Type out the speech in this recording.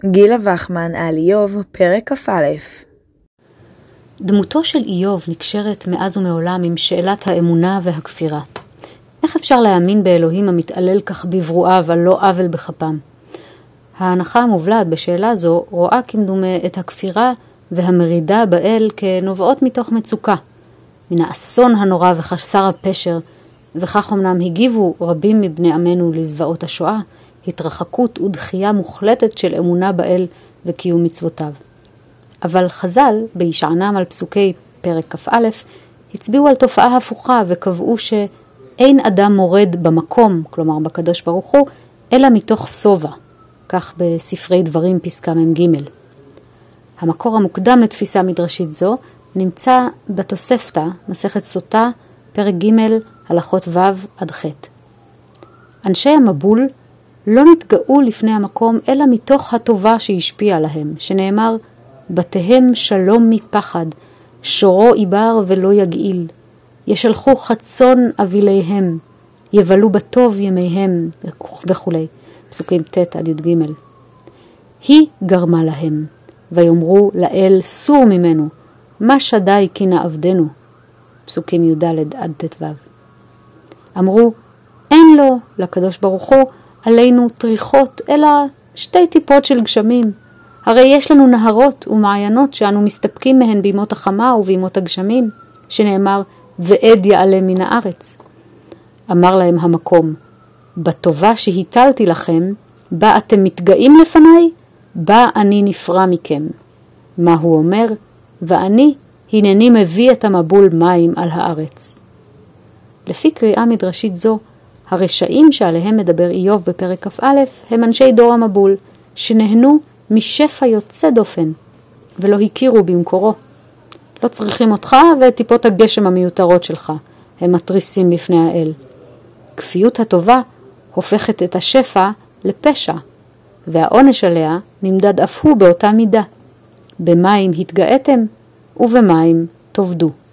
גילה וחמן על איוב, פרק כ"א. דמותו של איוב נקשרת מאז ומעולם עם שאלת האמונה והכפירה. איך אפשר להאמין באלוהים המתעלל כך בברואיו על לא עוול בכפם? ההנחה המובלעת בשאלה זו רואה כמדומה את הכפירה והמרידה באל כנובעות מתוך מצוקה, מן האסון הנורא וחסר הפשר, וכך אמנם הגיבו רבים מבני עמנו לזוועות השואה, התרחקות ודחייה מוחלטת של אמונה באל וקיום מצוותיו. אבל חז"ל, בישענם על פסוקי פרק כ"א, הצביעו על תופעה הפוכה וקבעו שאין אדם מורד במקום, כלומר בקדוש ברוך הוא, אלא מתוך סובה, כך בספרי דברים פסקה מ"ג. המקור המוקדם לתפיסה מדרשית זו נמצא בתוספתא, מסכת סוטה, פרק ג' הלכות ו' עד ח'. אנשי המבול לא נתגאו לפני המקום אלא מתוך הטובה שהשפיעה עליהם, שנאמר, בתיהם שלום מפחד, שורו עיבר ולא יגעיל, ישלחו חצון אביליהם, יבלו בטוב ימיהם וכו'. פסוקים ט' עד י"ג. היא גרמה להם, ויאמרו לאל סור ממנו, מה שדי כי נעבדנו. פסוקים י"ד עד ט"ו. אמרו, אין לו, לקדוש ברוך הוא, עלינו טריחות, אלא 2 טיפות של גשמים. הרי יש לנו נהרות ומעיינות שאנו מסתפקים מהן בימות החמה ובימות הגשמים, שנאמר, ועד יעלה מן הארץ. אמר להם המקום, בטובה שהיטלתי לכם, בה אתם מתגאים לפניי, בה אני נפרע מכם. מה הוא אומר? ואני, הנני מביא את המבול מים על הארץ. לפי קריאה מדרשית זו, הרשעים שעליהם מדבר איוב בפרק כ"א הם אנשי דור המבול, שנהנו משפע יוצא דופן, ולא הכירו במקורו. לא צריכים אותך ואת טיפות הגשם המיותרות שלך, הם מטריסים בפני האל. כפיות הטובה הופכת את השפע לפשע, והעונש עליה נמדד אף הוא באותה מידה. במים התגאיתם ובמים תאבדו.